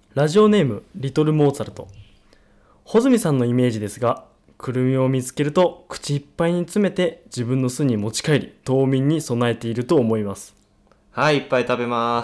ラジオネームリトルモーツァルト。穂積さんのイメージですが、クルミを見つけると口いっぱいに詰めて自分の巣に持ち帰り冬眠に備えていると思います。 はい、いっぱい食べます。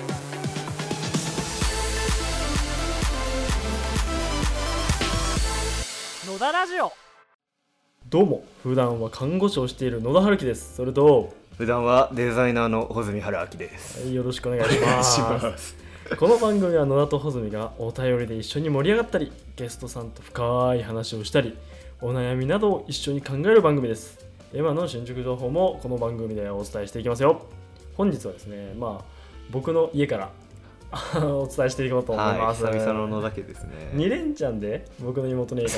野田ラジオ。どうも、普段は看護師をしている野田春樹です。それと普段はデザイナーの穂積春明です。 よろしくお願いしますこの番組は野田と穂積がお便りで一緒に盛り上がったり、ゲストさんと深い話をしたり、お悩みなどを一緒に考える番組です。今の新宿情報もこの番組でお伝えしていきますよ。本日はですね、僕の家からお伝えしていこうと思います。 はい、久々の野田家ですね。 2連チャンで僕の妹の家から、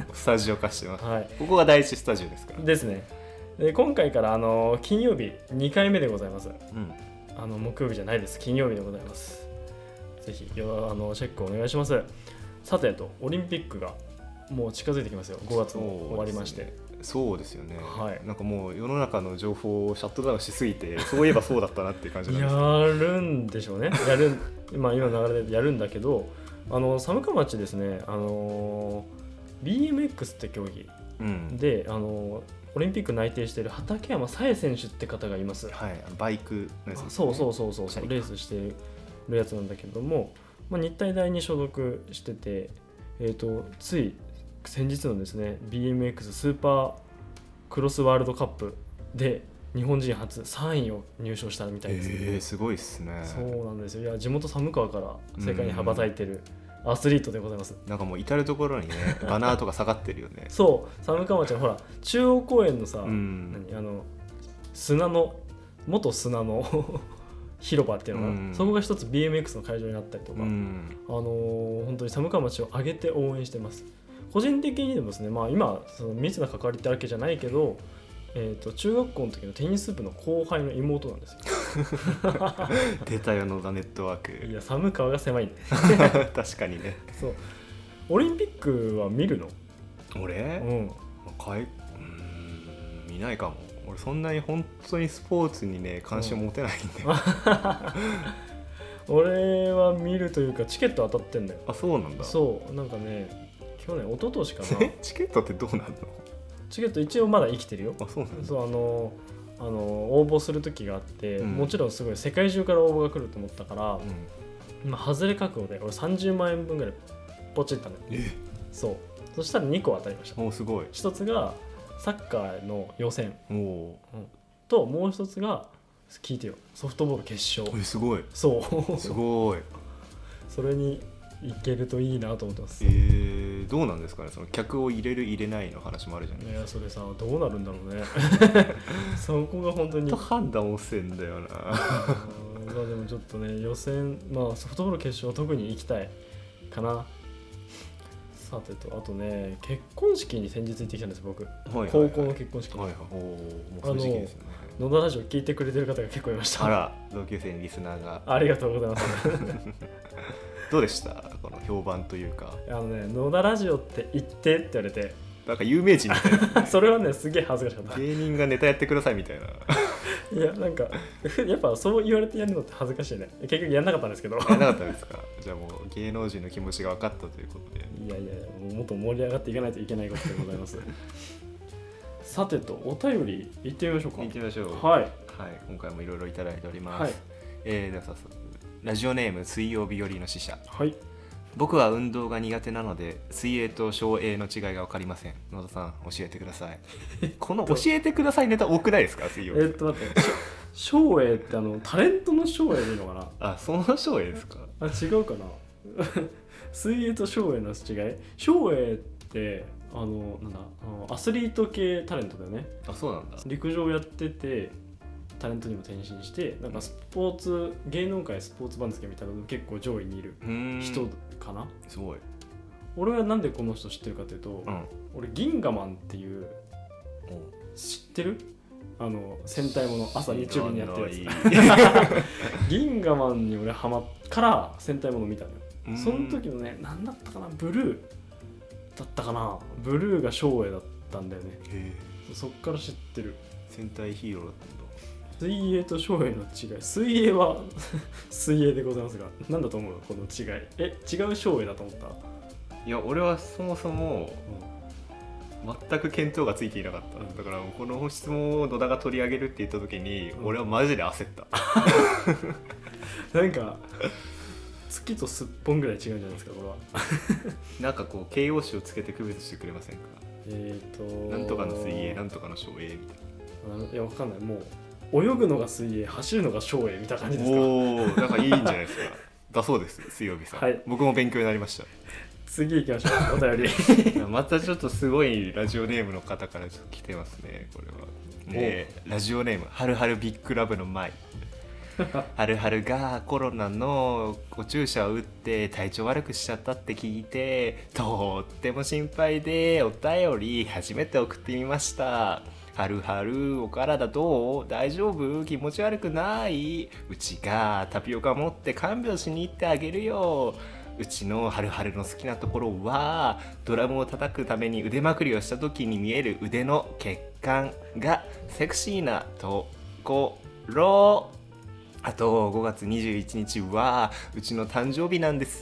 スタジオ化してます、 はい、 ここが第一スタジオですからですね。で今回から金曜日2回目でございます、木曜日じゃないです、金曜日でございます。ぜひチェックお願いします。さてオリンピックがもう近づいてきますよ。5月も終わりまして。そうですよね、 はい、 なんかもう世の中の情報をシャットダウンしすぎて、そういえばそうだったなっていう感じなんですやるんでしょうね。今の流れでやるんだけど、寒川町ですね、BMX って競技、でオリンピック内定している畠山紗恵選手って方がいます。 はい、バイクのやつですね。 そうレースしてるやつなんだけども、日体大に所属してて、つい先日のですね BMX スーパークロスワールドカップで日本人初3位を入賞したみたいですね。 すごいっすね。 そうなんですよ。いや、地元寒川から世界に羽ばたいてるアスリートでございます。 なんかもう至る所にねバナーとか下がってるよねそう寒川町のほら中央公園のさ、元砂の広場っていうのが、そこが一つ BMX の会場になったりとか、本当に寒川町を挙げて応援してます。個人的にでもですね、今その密な関わりってわけじゃないけど、中学校の時のテニス部の後輩の妹なんですよ出たよ野田ネットワーク。 いや、寒川が狭いね確かにね。 そう、オリンピックは見るの？ 俺？見ないかも。俺そんなに本当にスポーツにね関心を持てないんで、 俺は見るというかチケット当たってんだよ。 あ、そうなんだ。 そうなんかね、去年一昨年かなチケットってどうなるの？ チケット一応まだ生きてるよ。 あ、そうなんだ。 そう、応募する時があって、もちろんすごい世界中から応募が来ると思ったから、今外れ覚悟で俺30万円分ぐらいポチったのよ。そう、そしたら2個当たりました。 お、すごい。 一つがサッカーの予選と、もう一つが聞いてよ、ソフトボール決勝。 すごい。 そうすごいそれに行けるといいなと思ってます。 どうなんですかね、その客を入れる入れないの話もあるじゃないですか。 いや、それさ、どうなるんだろうねそこが本当に判断遅いんだよなでもちょっとね、予選、ソフトボール決勝は特に行きたいかな。さてあとね、結婚式に先日行ってきたんです僕、高校の結婚式。 もうそういう時期ですよね。 野田ラジオ聞いてくれてる方が結構いました。 あら、同級生にリスナーが。 ありがとうございますどうでした、この評判というか。 野田ラジオって言ってって言われて、 なんか有名人みたいな、 それはね、すげえ恥ずかしかった。 芸人がネタやってくださいみたいな。 いや、なんかやっぱそう言われてやるのって恥ずかしいね。結局やんなかったんですけど。 やんなかったですか。じゃあもう芸能人の気持ちが分かったということで。 いやもっと盛り上がっていかないといけないことでございますさてお便り行ってみましょうか。 行ってみましょう。 はい、 今回もいろいろいただいております。では早速、ラジオネーム水曜日よりの使者。僕は運動が苦手なので水泳と小泳の違いが分かりません。野田さん、教えてくださいこの教えてくださいネタ多くないですか、水曜日。 待って小泳ってタレントの小泳でいいのかな。 あ、その小泳ですか。 違うかな水泳と小泳の違い。小泳ってアスリート系タレントだよね。あ、そうなんだ。陸上やっててタレントにも転身して、なんかスポーツ、芸能界スポーツ番付みたいなの結構上位にいる人かな。すごい。俺はなんでこの人知ってるかというと、俺ギンガマンっていう、知ってる？戦隊もの朝日曜日にやってるやつギンガマンに俺ハマっから戦隊もの見たのよ。その時のね、何だったかな、ブルーだったかな、ブルーが照英だったんだよね。そっから知ってる。 戦隊ヒーローだったんだ。 水泳と照英の違い、水泳は水泳でございますが、なんだと思うこの違い。違う照英だと思った？ いや俺はそもそも、全く見当がついていなかった、だからこの質問を野田が取り上げるって言った時に、俺はマジで焦ったなんか月とすっぽんぐらい違うんじゃないですかこれはなんかこう形容詞をつけて区別してくれませんか？なんとかの水泳、なんとかの照英みたいな。 いやわかんない、もう泳ぐのが水泳、走るのが照英みたいな感じですか？ おー、なんかいいんじゃないですかだそうです、水曜日さん、はい、僕も勉強になりました。 次行きましょう、お便りまたちょっとすごいラジオネームの方からちょっと来てますね、これは。ラジオネームはるはるビッグラブの舞はるはるがコロナのお注射を打って体調悪くしちゃったって聞いて、とっても心配でお便り初めて送ってみました。はるはるお体どう？大丈夫？気持ち悪くない？うちがタピオカ持って看病しに行ってあげるよ。うちのはるはるの好きなところはドラムを叩くために腕まくりをした時に見える腕の血管がセクシーなところ。あと5月21日はうちの誕生日なんです。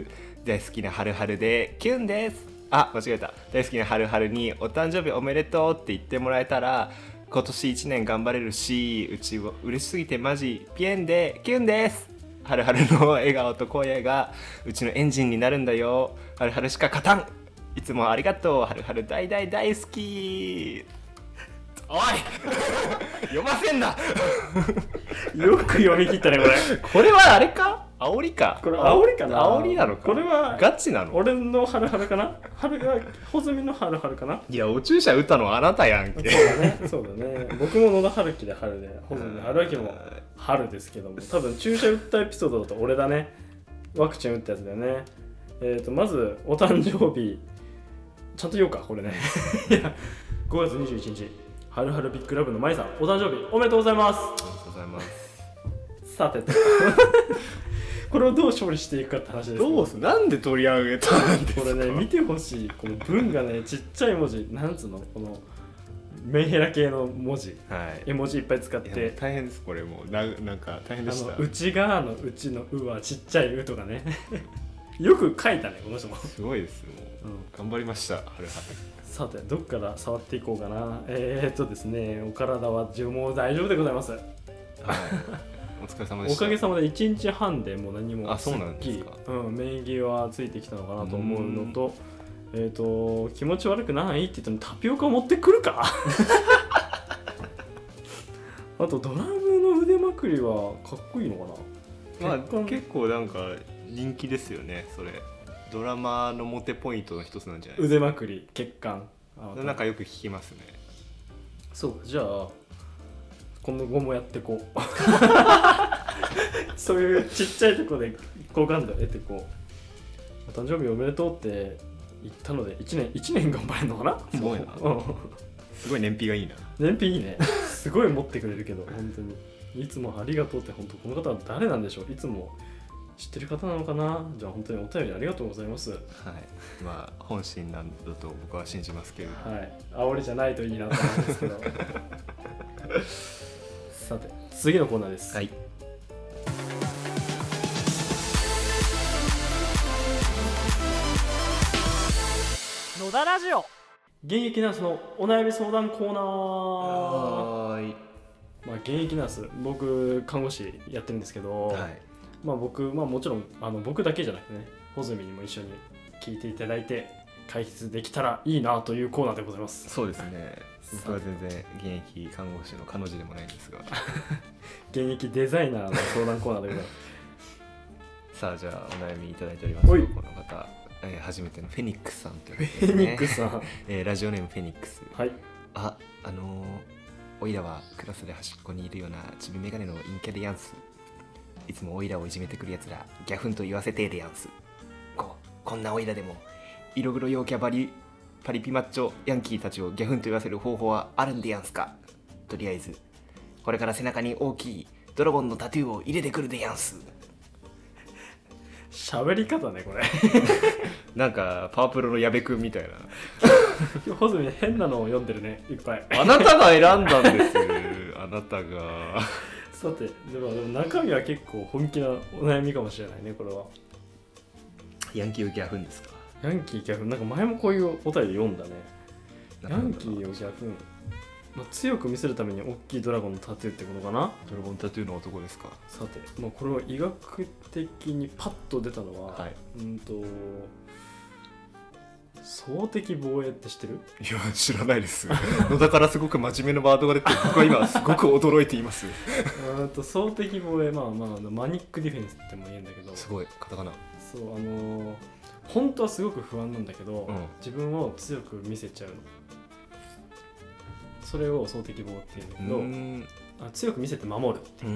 大好きなはるはるでキュンです。あ、間違えた。大好きなはるはるにお誕生日おめでとうって言ってもらえたら今年1年頑張れるし、うちは嬉しすぎてマジピエンでキュンです。はるはるの笑顔と声がうちのエンジンになるんだよ。はるはるしか勝たん。いつもありがとう。はるはる大大大好き。おい読ませんなよく読み切ったねこれはあれか、煽りか。 これ煽りかな。 煽りなのか。 これはガチなの。 俺のはるはるかな。はるが穂積のはるはるかな。 いやお注射打ったのはあなたやんけ。 そうだね僕も野田春樹で春で、穂積春樹も春ですけども、多分注射打ったエピソードだと俺だね。ワクチン打ったやつだよね。まずお誕生日ちゃんと言おうかこれねいや5月21日はるはるビッグラブのまいさん、お誕生日おめでとうございます。 ありがとうございます。 さてこれをどう処理していくかって話です、ね、 どうすなんで取り上げたんですか。 これね見てほしい、この文がねちっちゃい文字、なんつうの、このメンヘラ系の文字、はい、絵文字いっぱい使って。 大変です、これもうなんか大変でした。 内側のうちのうはちっちゃいうとかねよく書いたねこの人も。 すごいです、もう、頑張りました。はるはる。 さてどっから触っていこうかな。ですね、お体はもう大丈夫でございます。はいお疲れ様でした。 おかげさまで1日半でもう何もすっきり、 免疫はついてきたのかなと思うのと、気持ち悪くないって言ってもタピオカ持ってくるかあとドラムの腕まくりはかっこいいのかな。 結構なんか人気ですよねそれ。ドラマのモテポイントの一つなんじゃないですか。 腕まくり、血管、 なんかよく聞きますね。 そう、じゃあ今後もやってこうそういうちっちゃいとこで好感度得てこう。お誕生日おめでとうって言ったので1年頑張れるのかな。 すごいなすごい燃費がいいな。 燃費いいねすごい持ってくれるけど本当にいつもありがとうって。本当この方は誰なんでしょう。いつも知ってる方なのかな。じゃあ本当にお便りありがとうございます。はい、 まあ本心なんだと僕は信じますけれど。 はい、煽りじゃないといいなと思うんですけどさて次のコーナーです。はい。野田ラジオ現役ナースのお悩み相談コーナー。はい。まあ現役ナース、僕看護師やってるんですけど、はい、まあ僕、もちろん僕だけじゃなくてね、穂積にも一緒に聞いていただいて解決できたらいいなというコーナーでございます。 そうですね。僕は全然現役看護師の彼女でもないんですが現役デザイナーの相談コーナーでございますさあじゃあお悩みいただいておりますよ。この方、初めてのフェニックスさんということで、ね、 フェニックスさん、 ラジオネームフェニックス。 はい。 おいらはクラスで端っこにいるようなちびメガネの陰キャでやんす。いつもおいらをいじめてくるやつらギャフンと言わせてでやんす。こんなおいらでも色黒陽キャパリピマッチョヤンキーたちをギャフンと言わせる方法はあるんでやんすか。とりあえずこれから背中に大きいドラゴンのタトゥーを入れてくるでやんす。 喋り方ねこれなんかパワプロの矢部くんみたいなホズミ変なのを読んでるねいっぱい。 あなたが選んだんですあなたがさてでも中身は結構本気なお悩みかもしれないねこれは。 ヤンキーをギャフンですか。 ヤンキーギャフンなんか前もこういうお便り読んだね。ヤンキーをギャフン、強く見せるために大きいドラゴンのタトゥーってことかな。 ドラゴンタトゥーの男ですか。 さて、これは医学的にパッと出たのは、 はい、 総的防衛って知ってる？ いや知らないです野田からすごく真面目なワードが出て僕は今すごく驚いています総的防衛マニックディフェンスっても言うんだけど、 すごいカタカナ。 そう本当はすごく不安なんだけど、自分を強く見せちゃうの。それを総的防衛って言うんだけど、強く見せて守るっていう。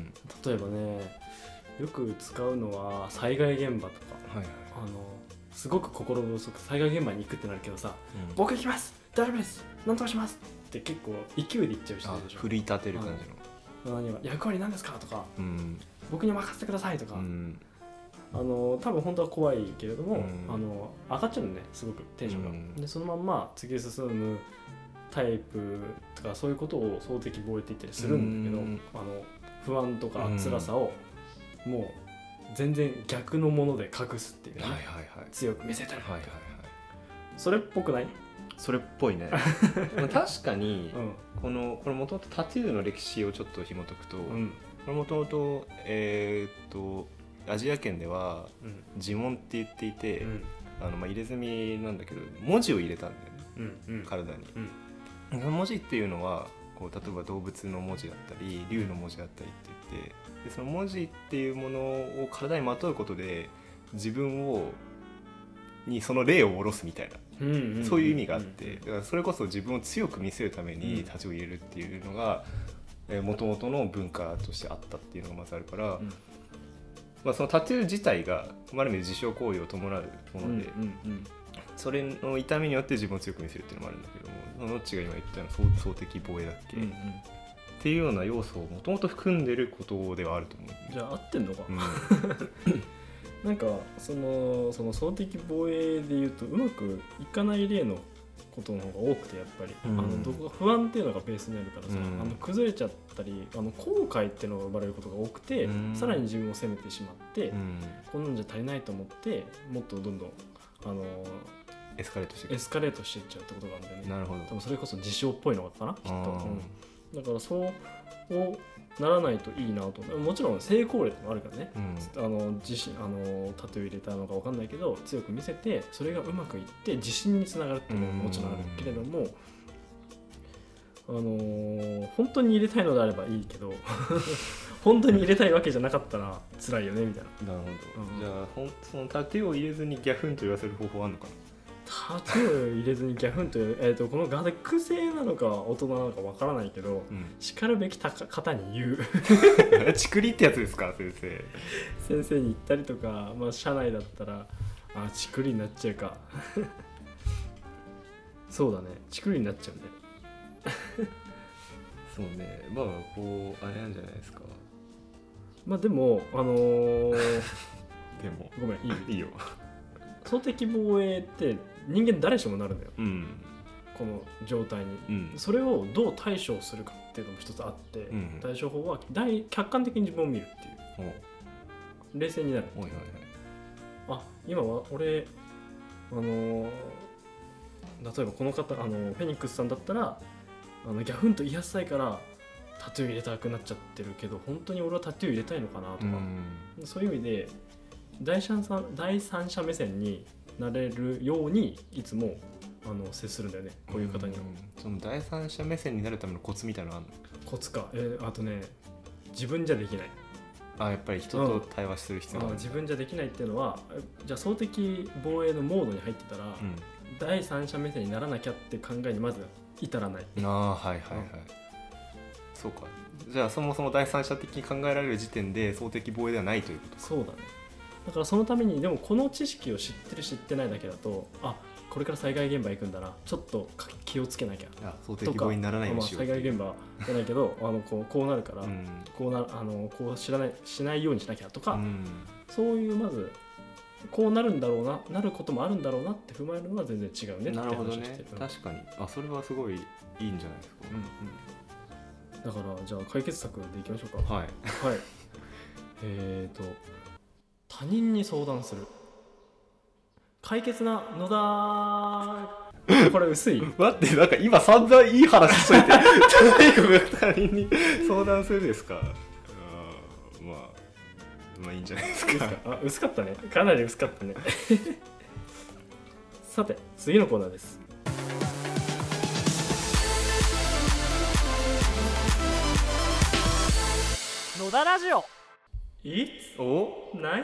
例えばね、よく使うのは災害現場とか、すごく心細く災害現場に行くってなるけどさ、僕行きます、大丈夫です、何とかしますって結構勢いで言っちゃう人いるでしょ。奮い立てる感じの、役割何ですかとか、僕に任せてくださいとか、多分本当は怖いけれども、上がっちゃうのね、すごくテンションが、でそのまんま次へ進むタイプとかそういうことを総的防衛って言ったりするんだけど、不安とか辛さをもう全然逆のもので隠すっていうね、強く見せてる、それっぽくない？ それっぽいね確かに、これもともとタトゥーの歴史をちょっと紐解くと、これもともとアジア圏では呪文って言っていて、入れ墨なんだけど文字を入れたんだよね、体に、その文字っていうのはこう例えば動物の文字だったり竜の文字だったりって言って、でその文字っていうものを体にまとうことで自分にその霊を下ろすみたいな、そういう意味があって、だからそれこそ自分を強く見せるためにタトゥーを入れるっていうのが元々の文化としてあったっていうのがまずあるから、そのタトゥー自体がある意味で自傷行為を伴うもので、それの痛みによって自分を強く見せるっていうのもあるんだけども、ノッチが今言ったような総的防衛だっけ、っていうような要素をもともと含んでることではあると思う。 じゃあ合ってんのか、なんかその総的防衛でいうとうまくいかない例のことの方が多くて、やっぱり、どこか不安っていうのがベースにあるからさ、崩れちゃったり後悔っていうのが生まれることが多くて、さらに自分を責めてしまって、こんなんじゃ足りないと思ってもっとどんどんエスカレートしていっちゃうってことがあるんだよね。 なるほど。 多分それこそ自傷っぽいのかな、きっと。だからそうならないといいなと。もちろん成功例もあるからね、タトゥー入れたのか分かんないけど強く見せてそれがうまくいって自信につながるっていうのももちろんあるけれども、本当に入れたいのであればいいけど本当に入れたいわけじゃなかったら辛いよねみたいな。 なるほど、じゃあそのタトゥーを入れずにギャフンと言わせる方法あるのかな。 タトゥー入れずにギャフンという、この学生なのか大人なのかわからないけど、しかるべき方に言うチクリってやつですか。 先生に言ったりとか、社内だったらチクリになっちゃうかそうだね、チクリになっちゃうねそうね、こうあれなんじゃないですか。 でもでもごめん、いいよいいよ総的防衛って人間誰しもなるんだよ、この状態に、それをどう対処するかっていうのも一つあって、対処法は客観的に自分を見るっていう、冷静になる。今は俺例えばこの方フェニックスさんだったらギャフンと言いやすいからタトゥー入れたくなっちゃってるけど、本当に俺はタトゥー入れたいのかなとか、そういう意味で第三者目線になれるようにいつも接するんだよね、こういう方には。 その第三者目線になるためのコツみたいなのあるの？ コツか、あとね、自分じゃできない。 やっぱり人と対話する必要がある。 自分じゃできないっていうのは、じゃあ総的防衛のモードに入ってたら、第三者目線にならなきゃって考えにまず至らない。 そうか。じゃあそもそも第三者的に考えられる時点で総的防衛ではないということか。 そうだね。だからそのためにでもこの知識を知ってる知ってないだけだと、これから災害現場行くんだな、ちょっと気をつけなきゃ総的防衛にならないようにしよう。 災害現場じゃないけどこうなるから、こうしないようにしなきゃとか、そういうまずこうなるんだろうな、なることもあるんだろうなって踏まえるのは全然違うねって話をして。 なるほどね、確かに。それはすごいいいんじゃないですか。 だからじゃあ解決策でいきましょうか。はい、はい、他人に相談する。解決な野田これ薄い待って、なんか今散々いい話しといて他人に相談するですか。まあいいんじゃないですか。 薄かったね、かなり薄かったねさて次のコーナーです。野田ラジオ It's nice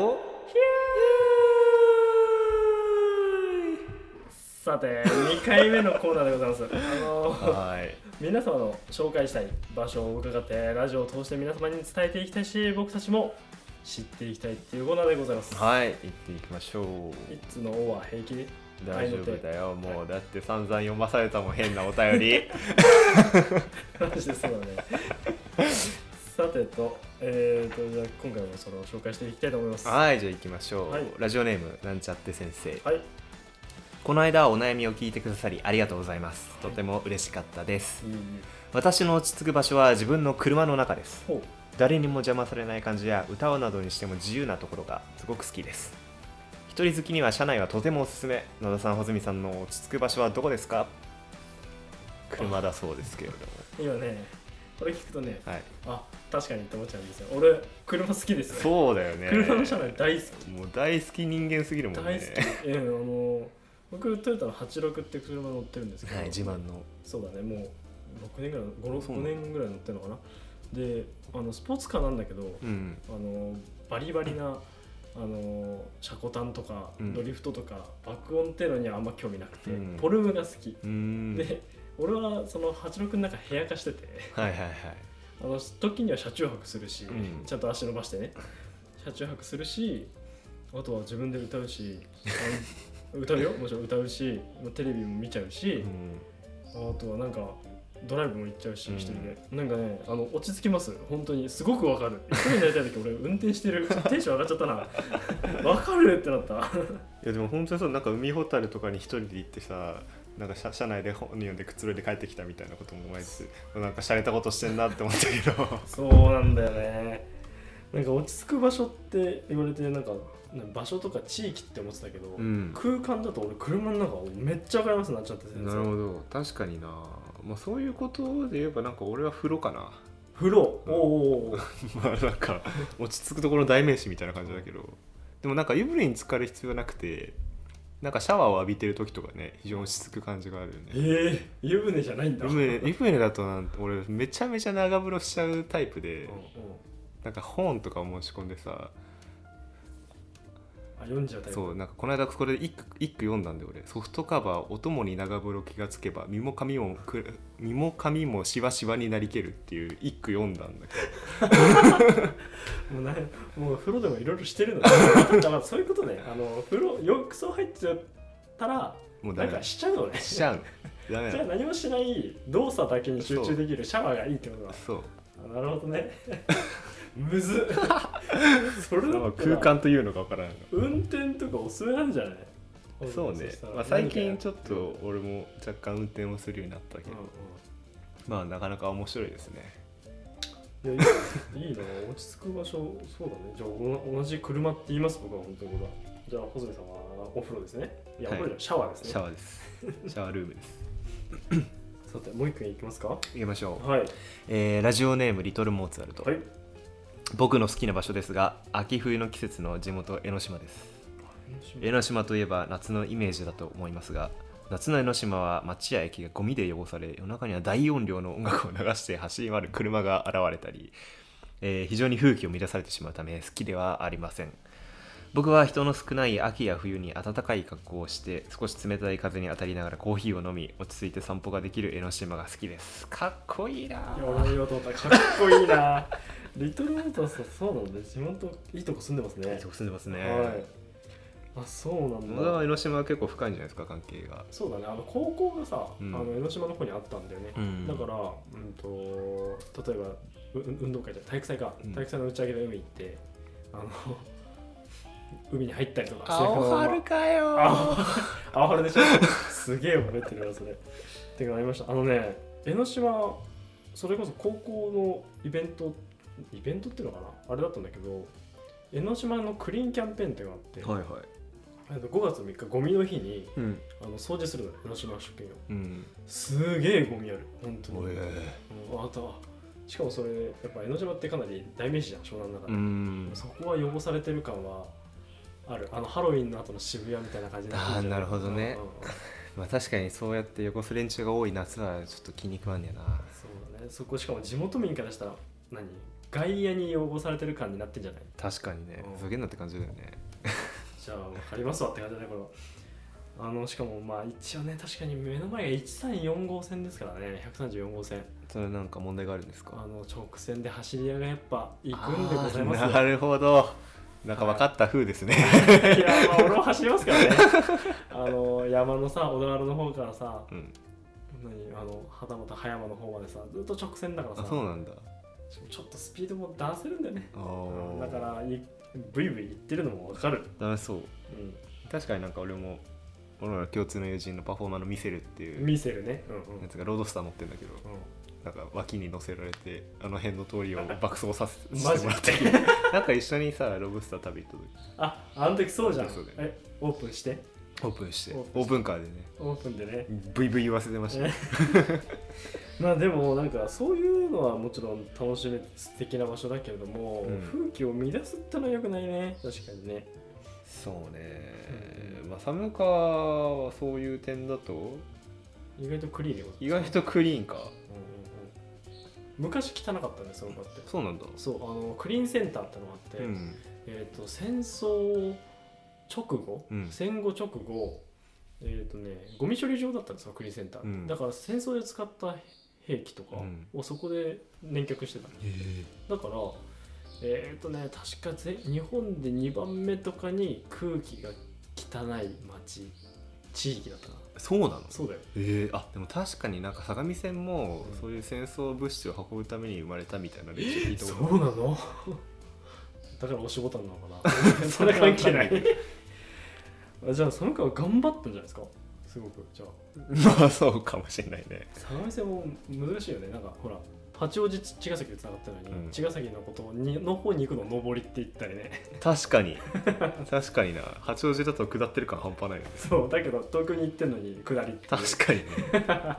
さて2回目のコーナーでございます皆様の紹介したい場所を伺ってラジオを通して皆様に伝えていきたいし、僕たちも知っていきたいっていうコーナーでございます。 はい、行っていきましょう。 いつのおは平気で大丈夫だよ、もうだって散々読まされたもん、変なお便りマジでそうだねさてと、じゃあ今回もそれを紹介していきたいと思います。 はい、じゃあ行きましょう、はい、ラジオネームなんちゃって先生。 はい、 この間お悩みを聞いてくださりありがとうございます。とても嬉しかったです、私の落ち着く場所は自分の車の中です。誰にも邪魔されない感じや歌うなどにしても自由なところがすごく好きです。一人好きには車内はとてもおすすめ。野田さん、穂積さんの落ち着く場所はどこですか？車だそうですけれども。 今ね、これ聞くとね、 はい、 確かにって思っちゃうんですよ。俺車好きですよ。 そうだよね。 車の車内大好き。 もう大好き人間すぎるもんね。 大好き。僕トヨタの86って車乗ってるんですけど、 はい、自慢の。 そうだね、もう6年ぐらい、5年ぐらい乗ってるのかな。で、スポーツカーなんだけど、バリバリな車庫端とかドリフトとか、爆音っていうのにはあんま興味なくて、フォルムが好き。で、俺はその86の中部屋化してて、 はいはいはい、 時には車中泊するし、ちゃんと足伸ばしてね、車中泊するし、あとは自分で歌うし、歌うよ、もちろん歌うし、テレビも見ちゃうし、あとはなんかドライブも行っちゃうし、一人でなんかね、落ち着きます。本当にすごくわかる。一人になりたい時俺運転してる、テンション上がっちゃったなわかるってなった。いやでも本当にそう、なんか海ほたるとかに一人で行ってさ、なんか車内で本読んでくつろいで帰ってきたみたいなことも毎日なんか洒落たことしてんなって思ったけどそうなんだよね。なんか落ち着く場所って言われて、なんか場所とか地域って思ってたけど、空間だと俺車の中めっちゃ分かりますなっちゃって。 なるほど、確かにな。まあ、そういうことで言えばなんか俺は風呂かな。 風呂、おまあなんか落ち着くところの代名詞みたいな感じだけど、でもなんか湯船に浸かる必要なくて、なんかシャワーを浴びてる時とかね、非常に落ち着く感じがあるよね。 湯船じゃないんだ。 湯船だと俺めちゃめちゃ長風呂しちゃうタイプで、なんか本とかを申し込んでさ、 読んじゃうタイプ。 そう、なんかこの間これで一句読んだんで、俺ソフトカバーお供に長風呂気がつけば身も髪もしわしわになりけるっていう一句読んだんだけどもう風呂でもいろいろしてるのだからそういうことね。風呂浴槽入っちゃったらもうなんかしちゃうのね。 しちゃうのダメじゃあ何もしない動作だけに集中できるシャワーがいいってことだ。 そう、 なるほどねむずそれだ空間というのが分からない。 運転とかおすすめなんじゃない？ そうね、まあ、最近ちょっと俺も若干運転をするようになったけど、まあなかなか面白いですね。 いやいいな、落ち着く場所。そうだね。じゃあ同じ車って言います。僕は本当にこれは。じゃあ穂積さんはお風呂ですね。いや、お風呂じゃシャワーですね。 シャワーです。シャワールームですさてもう一回いきますか。 いきましょう。 はい。 ラジオネームリトルモーツァルト。 はい。 僕の好きな場所ですが、秋冬の季節の地元江ノ島です。江ノ島といえば夏のイメージだと思いますが、夏の江ノ島は街や駅がゴミで汚され、夜中には大音量の音楽を流して走り回る車が現れたり、非常に風紀を乱されてしまうため好きではありません。僕は人の少ない秋や冬に暖かい格好をして少し冷たい風に当たりながらコーヒーを飲み落ち着いて散歩ができる江ノ島が好きです。かっこいいな。 俺言おうと思った。かっこいいなリトルモーターさん、そうなんで地元いいとこ住んでますね。 いいとこ住んでますね。 はい。あ、そうなんだ。 僕は江ノ島は結構深いんじゃないですか、関係が。 そうだね。高校がさ、江ノ島の方にあったんだよね。だから、例えば運動会じゃ体育祭か、体育祭の打ち上げで海行って、 海に入ったりとか。 青春かよ青春でしょすげえ覚えてるよそれっていうのありました。江ノ島、それこそ高校のイベントっていうのかな、あれだったんだけど、江ノ島のクリーンキャンペーンっていうのがあって、 はいはい、 5月3日ゴミの日に、掃除するの、江ノ島出勤を、すげえゴミある本当に、あとはしかもそれやっぱ江ノ島ってかなり代名詞じゃん、湘南の中で。そこは汚されてる感はある。ハロウィンの後の渋谷みたいな感じで。 なるほどね。まあ確かにそうやって汚す連中が多い夏はちょっと気に食わんねやな。 そうだね。そこしかも地元民からしたら外野に汚されてる感になってんじゃない？ 確かにね、ふざけんなって感じだよね。 じゃあ分かりますわって感じだねこれ。しかもまあ一応ね、確かに目の前が1345号線ですからね、134号線。 それなんか問題があるんですか？ 直線で走り屋がやっぱ行くんでございますよ。 なるほど。なんか分かった風ですね。 いや、まあ俺も走りますからね。山のさ、小田原の方からさ、はたまた葉山の方までさ、ずっと直線だからさ。 そうなんだ。 ちょっとスピードも出せるんだよね。だからブイブイ言ってるのも分かる。 楽しそう。確かになんか俺ら共通の友人のパフォーマーのミセルっていうミセルね、 やつがロードスター乗ってるんだけど、なんか脇に乗せられて辺の通りを爆走させてもらってなんか一緒にさロブスター食べ行った時、 あの時そうじゃん。オープンしてオープンカーでね、 オープンでね、 ブイブイ言わせてましたね。 まあでもなんかそういうのはもちろん楽しめ素敵な場所だけれども、風紀を乱すってのは良くないね。確かにね。 そうね、まあ寒川はそういう点だと意外とクリーンでございます。 意外とクリーンか。 昔汚かったね、その場って。 そうなんだ。 そう、クリーンセンターってのがあって、戦争直後、戦後直後、ゴミ処理場だったんですよ、クリーンセンター。だから戦争で使った兵器とかをそこで返却してたんです。だから確か日本で2番目とかに空気が汚い地域だったな。 そうなの？ そうだよ。 でも確かになんか相模線もそういう戦争物資を運ぶために生まれたみたいな歴史聞いたことある。 そうなの？だから押しボタンなのかな。それ関係ない。じゃあ寒川頑張ったんじゃないですか、すごく。じゃあまあそうかもしれないね。 相模線も難しいよね。なんかほら八王子茅ヶ崎でつながったのに、茅ヶ崎のことの方に行くの上りって言ったりね。確かにな。八王子だと下ってる感半端ないよね。 そうだけど東京に行ってんのに下りって確かにね。 さあ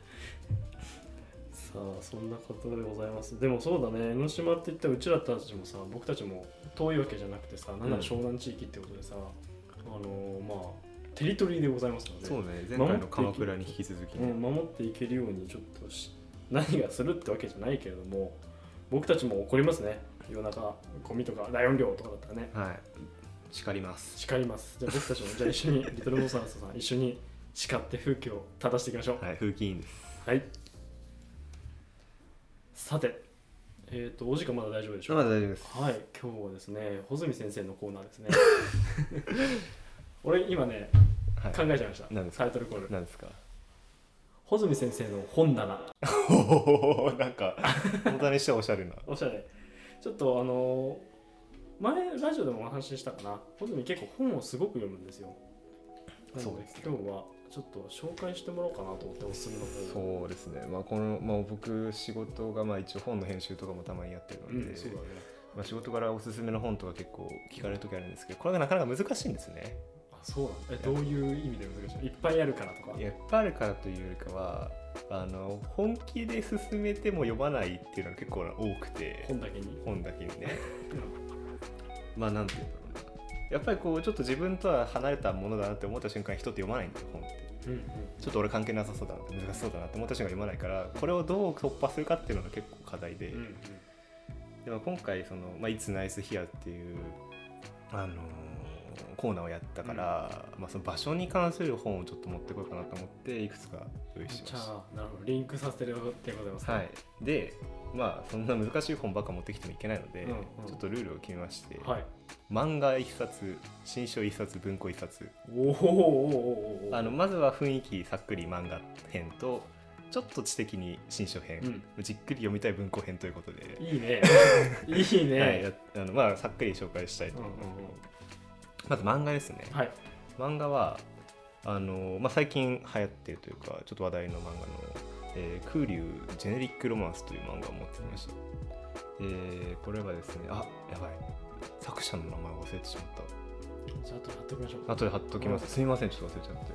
そんなことでございます。でもそうだね、江ノ島って言ったらうちらたちもさ、僕たちも遠いわけじゃなくてさ、なんなら湘南地域ってことでさ、まあテリトリーでございますので、 そうね、前回の鎌倉に引き続きね、 守っていけるようにちょっと何がするってわけじゃないけれども、僕たちも怒りますね。夜中ゴミとか大音量とかだったらね。 はい、叱ります。 じゃあ僕たちもじゃあ一緒にリトルモンスターさん一緒に叱って風紀を正していきましょう。 はい、風紀委員です。 はい。さて、お時間まだ大丈夫でしょうか？まだ大丈夫です。 はい、今日はですね、穂積先生のコーナーですね。俺今ね、考えちゃいました。 何ですか？ タイトルコール。 何ですか？ 穂積先生の本棚。 なんか本当にしておしゃれな。 おしゃれ。ちょっと前ラジオでもお話ししたかな。穂積結構本をすごく読むんですよ。 そうですね。 今日はちょっと紹介してもらおうかなと思って、おすすめの本。そうですね。僕仕事が一応本の編集とかもたまにやってるので、 そうだね。 仕事からおすすめの本とか結構聞かれる時あるんですけど、これがなかなか難しいんですね。 そうなんだ。どういう意味で難しい？いっぱいあるからとか？ いっぱいあるからというよりかは、本気で進めても読まないっていうのが結構多くて、 本だけにね。なんていうんだろうな。やっぱりこうちょっと自分とは離れたものだなって思った瞬間に人って読まないんだよ、本って。ちょっと俺関係なさそうだなって、難しそうだなって思った瞬間に読まないから、これをどう突破するかっていうのが結構課題で、でも今回It's Nice Here っていうコーナーをやったから、その場所に関する本をちょっと持ってこようかなと思っていくつか用意しました。 じゃあなるほど、リンクさせてるってございますか？はい。でそんな難しい本ばっか持ってきてもいけないので、ちょっとルールを決めまして、漫画1冊、新書1冊、文庫1冊。まずは雰囲気さっくり漫画編と、ちょっと知的に新書編、じっくり読みたい文庫編ということで。 いいね。いいね。 はい、さっくり紹介したいと思います。 まず漫画ですね。 はい。 漫画は最近流行っているというかちょっと話題の漫画の、空龍ジェネリックロマンスという漫画を持ってきました。これはですね、やばい、作者の名前忘れてしまった。 じゃあ後で貼っときましょう。 後で貼っときます。すみません、ちょっと忘れちゃって。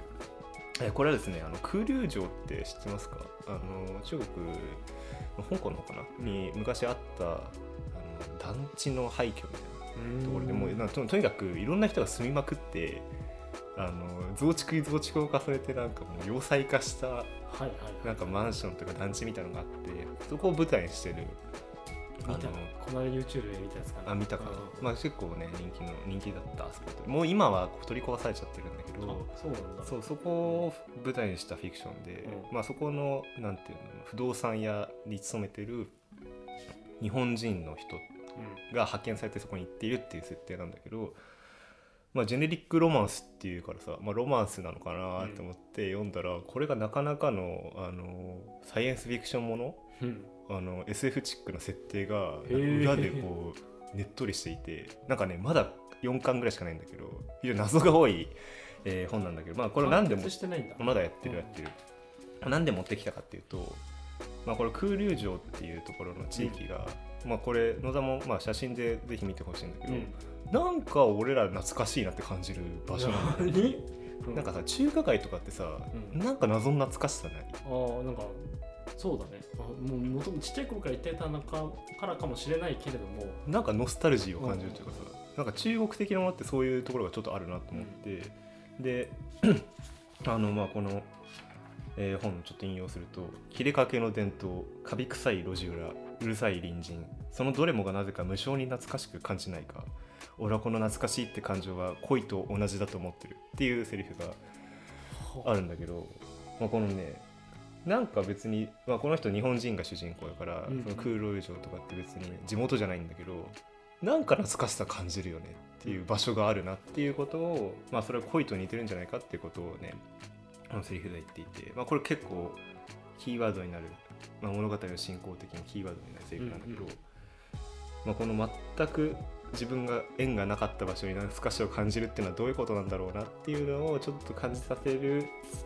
これはですね、空龍城って知ってますか？中国香港の方かなに昔あった団地の廃墟みたいなところでもうとにかくいろんな人が住みまくって増築に増築を重ねてなんかもう要塞化したなんかマンションとか団地みたいなのがあってそこを舞台にしてるこの間 YouTube で見たやつかな。 見たかな、まあ、結構ね人気だったスポットもう今は取り壊されちゃってるんだけどそうなんだ。 そこを舞台にしたフィクションで、まあ、そこのなんていうの不動産屋に勤めてる日本人の人が派遣されてそこに行っているっていう設定なんだけど、まあ、ジェネリックロマンスっていうからさ、まあ、ロマンスなのかなと思って読んだら、これがなかなかの、サイエンスフィクションもの、SF チックな設定が裏でこうねっとりしていてなんかねまだ4巻ぐらいしかないんだけど非常に謎が多い、本なんだけど、まあ、これ何でもまだやってる、何で持ってきたかっていうと、まあ、これ空龍城っていうところの地域が、まあ、これ野田もまあ写真でぜひ見てほしいんだけど、なんか俺ら懐かしいなって感じる場所なんだよね。なんかさ中華街とかってさ、なんか謎の懐かしさない？ なんかそうだね。もともとちっちゃい頃から言ってたのからかもしれないけれどもなんかノスタルジーを感じるというかさ、なんか中国的なものってそういうところがちょっとあるなと思って、でまあこの本をちょっと引用すると切れかけの伝統カビ臭い路地裏うるさい隣人そのどれもがなぜか無性に懐かしく感じないか俺はこの懐かしいって感情は恋と同じだと思ってるっていうセリフがあるんだけど、まあ、このねなんか別に、まあ、この人日本人が主人公だから、その空龍城とかって別に地元じゃないんだけどなんか懐かしさ感じるよねっていう場所があるなっていうことを、まあ、それは恋と似てるんじゃないかっていうことをねセリフで言っていて、まあ、これ結構キーワードになる、まあ、物語の進行的にキーワードになるセリフなんだけど、まあ、この全く自分が縁がなかった場所に懐かしさを感じるっていうのはどういうことなんだろうなっていうのをちょっと感じさせる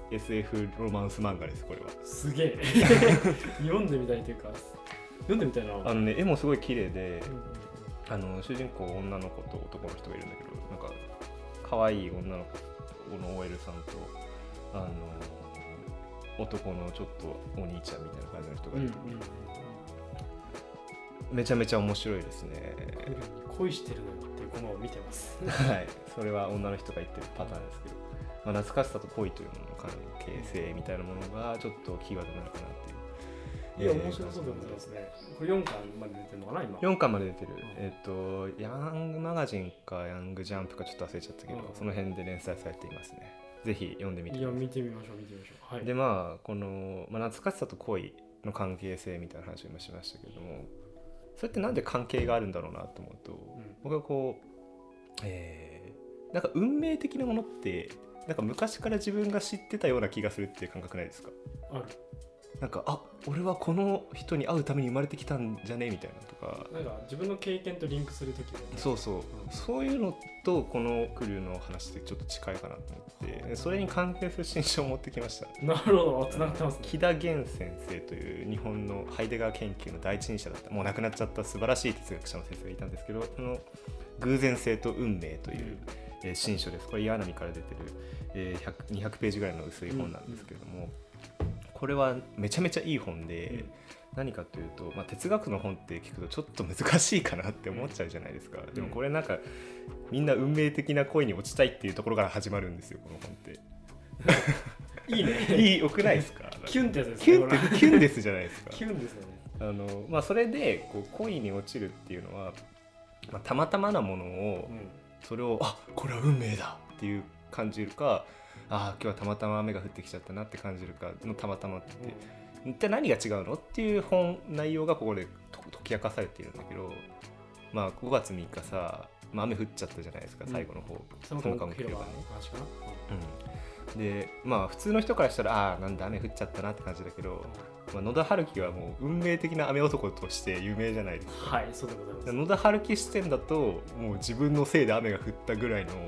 SF ロマンス漫画です。これはすげえ読んでみたいというか読んでみたいな。 絵もすごい綺麗で、主人公女の子と男の人がいるんだけどなんか可愛い女の子の OL さんと男のちょっとお兄ちゃんみたいな感じの人がいる、めちゃめちゃ面白いですね。 恋してるのよっていうコマを見てますはい、それは女の人が言ってるパターンですけど、まあ、懐かしさと恋というものの関係性みたいなものがちょっとキーワードなのかなっていう。 いや面白そうでございますね。これ4巻まで出てるのかな今。 4巻まで出てる、ヤングマガジンかヤングジャンプかちょっと忘れちゃったけど、その辺で連載されていますね。ぜひ読んでみてください。 いや見てみましょう、はい、 でまあこの、懐かしさと恋の関係性みたいな話を今しましたけれども、それってなんで関係があるんだろうなと思うと、僕はこう、なんか運命的なものってなんか昔から自分が知ってたような気がするっていう感覚ないですか？ ある。 なんか俺はこの人に会うために生まれてきたんじゃねみたいなとか、 なんか自分の経験とリンクするときで、ね、 そう、そういうのとこのクルーの話ってちょっと近いかなと思ってそれに関係する新書を持ってきました。 なるほど、つながってますね。 木田玄先生という日本のハイデガー研究の第一人者だったもう亡くなっちゃった素晴らしい哲学者の先生がいたんですけど、その偶然性と運命という、新書です。これ岩波から出てる、200ページぐらいの薄い本なんですけれども、これはめちゃめちゃいい本で、何かというと、哲学の本って聞くとちょっと難しいかなって思っちゃうじゃないですか。でもこれなんかみんな運命的な恋に落ちたいっていうところから始まるんですよ、この本っていいね。 よくないですか？ キュンってやつですね。 キュンですじゃないですか。 キュンですよね。それでこう恋に落ちるっていうのは、たまたまなものを、それをこれは運命だっていう感じるか、今日はたまたま雨が降ってきちゃったなって感じるかのたまたまって、一体何が違うのっていう内容がここで解き明かされているんだけど、5月3日さ、雨降っちゃったじゃないですか、最後の方。 その広場の話かな。で普通の人からしたらなんだ雨降っちゃったなって感じだけど、野田春樹はもう運命的な雨男として有名じゃないですか。 はい、そうでございます。 野田春樹視点だともう自分のせいで雨が降ったぐらいの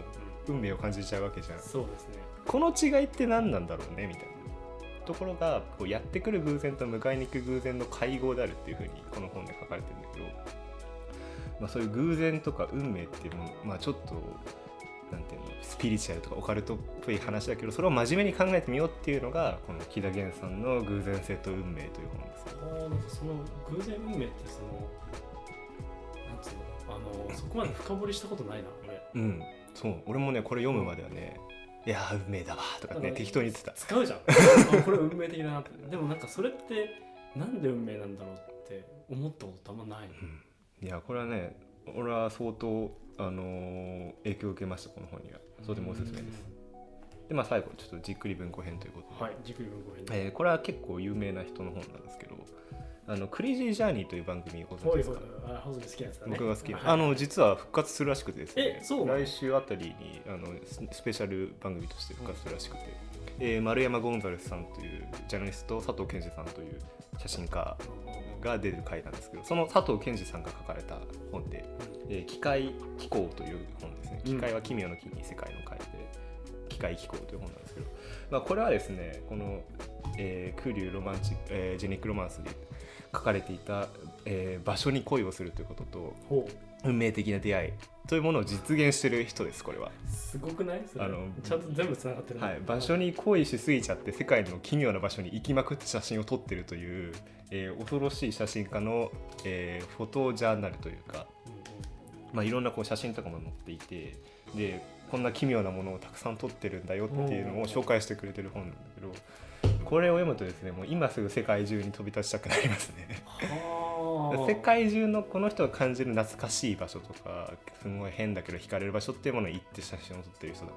運命を感じちゃうわけじゃん。 そうですね。 この違いって何なんだろうねみたいなところがこうやってくる偶然と迎えに行く偶然の会合であるっていうふうにこの本で書かれてるんだけど、そういう偶然とか運命っていうのも、ちょっとなんていうのスピリチュアルとかオカルトっぽい話だけど、それを真面目に考えてみようっていうのがこの木田源さんの偶然性と運命という本です。 なんかその偶然運命ってなんつうのそこまで深掘りしたことないな俺。 そう俺もねこれ読むまではね、いや運命だわとかね適当に言ってた。 使うじゃんこれ運命的だなって。でもなんかそれってなんで運命なんだろうって思ったことあんまない、 いやこれはね俺は相当、影響を受けましたこの本には。とてもおすすめです。で最後ちょっとじっくり文庫編ということで、 はい、じっくり文庫編、 これは結構有名な人の本なんですけど、クレイジージャーニーという番組ご存知ですか？ 好きなやつだね。 僕が好きな、実は復活するらしくてですね、 そう来週あたりにスペシャル番組として復活するらしくて、丸山ゴンザレスさんというジャーナリスト、佐藤健二さんという写真家が出る回なんですけど、その佐藤健二さんが書かれた本で、機械気候という本ですね。機械は奇妙の木に世界の会で、機械気候という本なんですけど、これはですねこの、空流ロマンチック、ジェニックロマンスで書かれていた、場所に恋をするということと運命的な出会いというものを実現している人です。これはすごくない？ちゃんと全部つながってる、 場所に恋しすぎちゃって世界の奇妙な場所に行きまくって写真を撮ってるという、恐ろしい写真家の、フォトジャーナルというか、いろんな写真とかも載っていて、でこんな奇妙なものをたくさん撮ってるんだよっていうのを紹介してくれてる本なんだけど、これを読むとですねもう今すぐ世界中に飛び立ちたくなりますね世界中のこの人が感じる懐かしい場所とかすごい変だけど惹かれる場所っていうものを行って写真を撮ってる人だ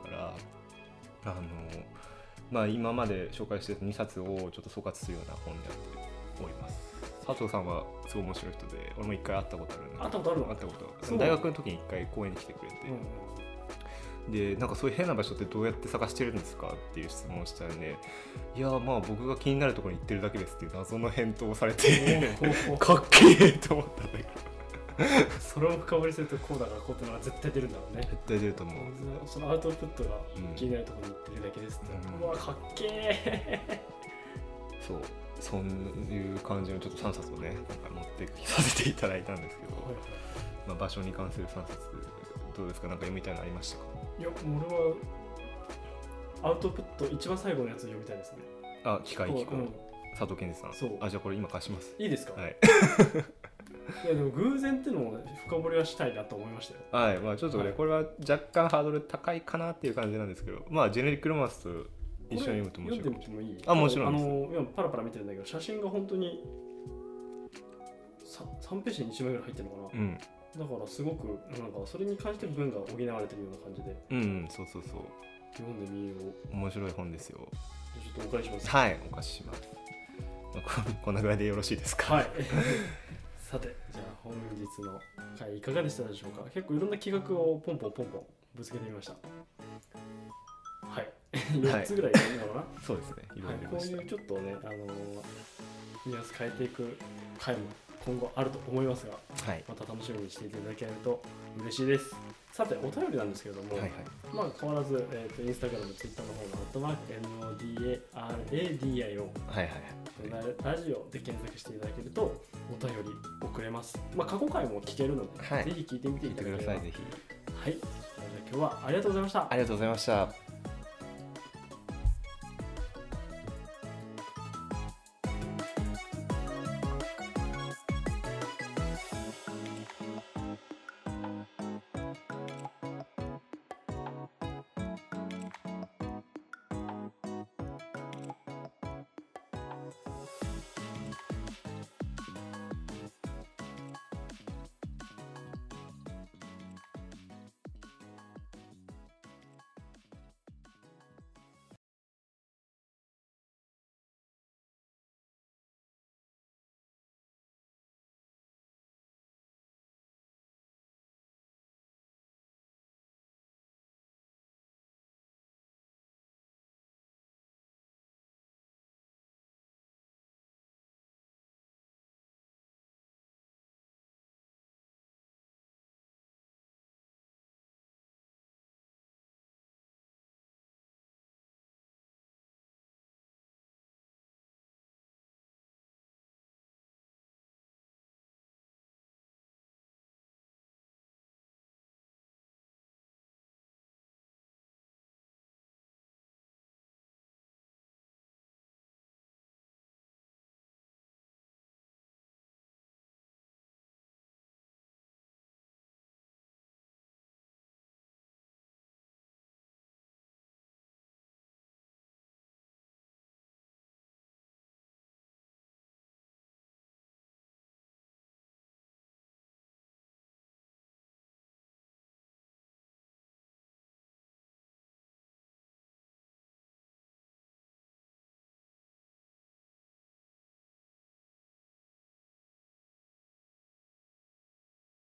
から今まで紹介してた2冊をちょっと総括するような本になっております。佐藤さんはすごい面白い人で、俺も1回会ったことあるんで。 会ったことあるの？ 会ったこと大学の時に1回公園に来てくれて、でなんかそういう変な場所ってどうやって探してるんですかっていう質問をしたらね、いや僕が気になるところに行ってるだけですっていう謎の返答をされてかっけえと思ったんだけどそれを深掘りするとこうだからこうってのが絶対出るんだろうね。 絶対出ると思う。 そのアウトプットが気になるところに行ってるだけですって、うわかっけえそういう感じのちょっと3冊をね今回持ってきさせていただいたんですけど、場所に関する3冊どうですか？なんか読みたいのありましたか？ いや俺はアウトプット一番最後のやつ読みたいですね。 機械気候、佐藤健二さん。じゃあこれ今貸します。 いいですか？ はいいやでも偶然っていうのも深掘りはしたいなと思いましたよ。 はい、ちょっとね、これは若干ハードル高いかなっていう感じなんですけど、ジェネリックロマンスと一緒に読むと面白い。 読んでみてもいい？ もちろんです。 今パラパラ見てるんだけど写真が本当に3ページに1枚ぐらい入ってるのかな。だからすごくなんかそれに関して文が補われてるような感じで、 そう読んでみよう。 面白い本ですよ。 ちょっとお借りします。 はい、お貸しします。こんなぐらいでよろしいですか？ はいさてじゃあ本日の回いかがでしたでしょうか？結構いろんな企画をポンポンぶつけてみました。はい4つぐらい読んだかな。 そうですね、いろいろこういうちょっとねニュアンス変えていく回も今後あると思いますが、また楽しみにしていただけると嬉しいです。さてお便りなんですけれども、変わらず、インスタグラム、ツイッターの方のNODARADIO、ラジオで検索していただけるとお便り送れます。過去回も聞けるので、ぜひ聞いてみていただければ。ぜひ。はい。じゃあ今日はありがとうございました。 ありがとうございました。